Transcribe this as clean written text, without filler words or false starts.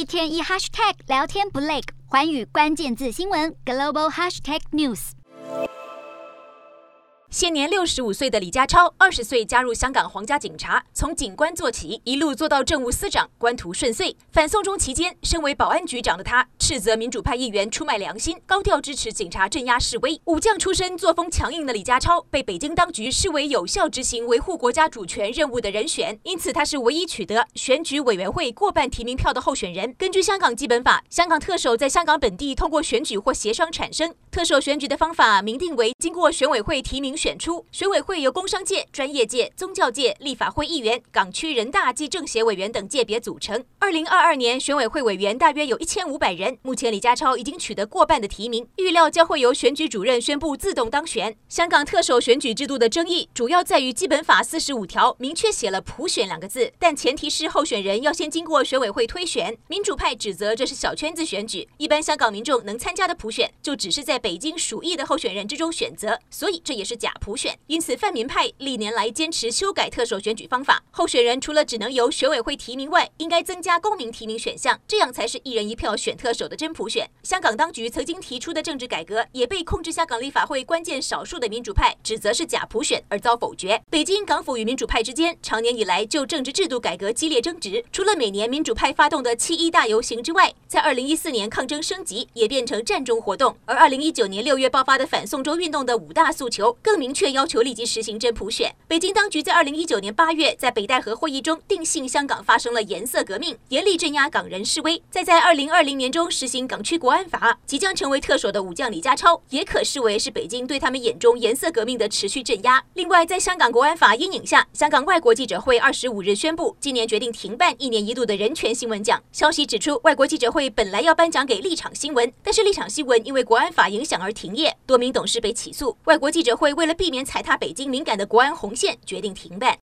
天一 hashtag 聊天不累，寰宇关键字新闻 global hashtag news。 现年65岁的李家超，20岁加入香港皇家警察，从警官做起，一路做到政务司长，官途顺遂。反送中期间，身为保安局长的他，斥责民主派议员出卖良心，高调支持警察镇压示威。武将出身、作风强硬的李家超，被北京当局视为有效执行维护国家主权任务的人选，因此他是唯一取得选举委员会过半提名票的候选人。根据香港基本法，香港特首在香港本地通过选举或协商产生。特首选举的方法明定为经过选委会提名选出，选委会由工商界、专业界、宗教界、立法会议员、港区人大及政协委员等界别组成。2022年选委会委员大约有1500人，目前李家超已经取得过半的提名，预料将会由选举主任宣布自动当选。香港特首选举制度的争议主要在于基本法45条明确写了普选2个字，但前提是候选人要先经过选委会推选。民主派指责这是小圈子选举，一般香港民众能参加的普选就只是在北京属意的候选人之中选择，所以这也是假普选。因此泛民派历年来坚持修改特首选举方法，候选人除了只能由选委会提名外，应该增加公民提名选项，这样才是一人一票选特首的真普选。香港当局曾经提出的政治改革，也被控制香港立法会关键少数的民主派指责是假普选而遭否决。北京港府与民主派之间长年以来就政治制度改革激烈争执，除了每年民主派发动的7·1大游行之外，在2014年抗争升级，也变成战中活动。而2019年6月爆发的反送中运动的5大诉求，更明确要求立即实行真普选。北京当局在2019年8月在北戴河会议中定性香港发生了颜色革命，严厉镇压港人示威。再在2020年中实行港区国安法，即将成为特首的武将李家超，也可视为是北京对他们眼中颜色革命的持续镇压。另外，在香港国安法阴影下，香港外国记者会25日宣布，今年决定停办1年1度的人权新闻奖。消息指出，外国记者会本来要颁奖给立场新闻，但是立场新闻因为国安法影响而停业，多名董事被起诉。外国记者会为了避免踩踏北京敏感的国安红线，决定停办。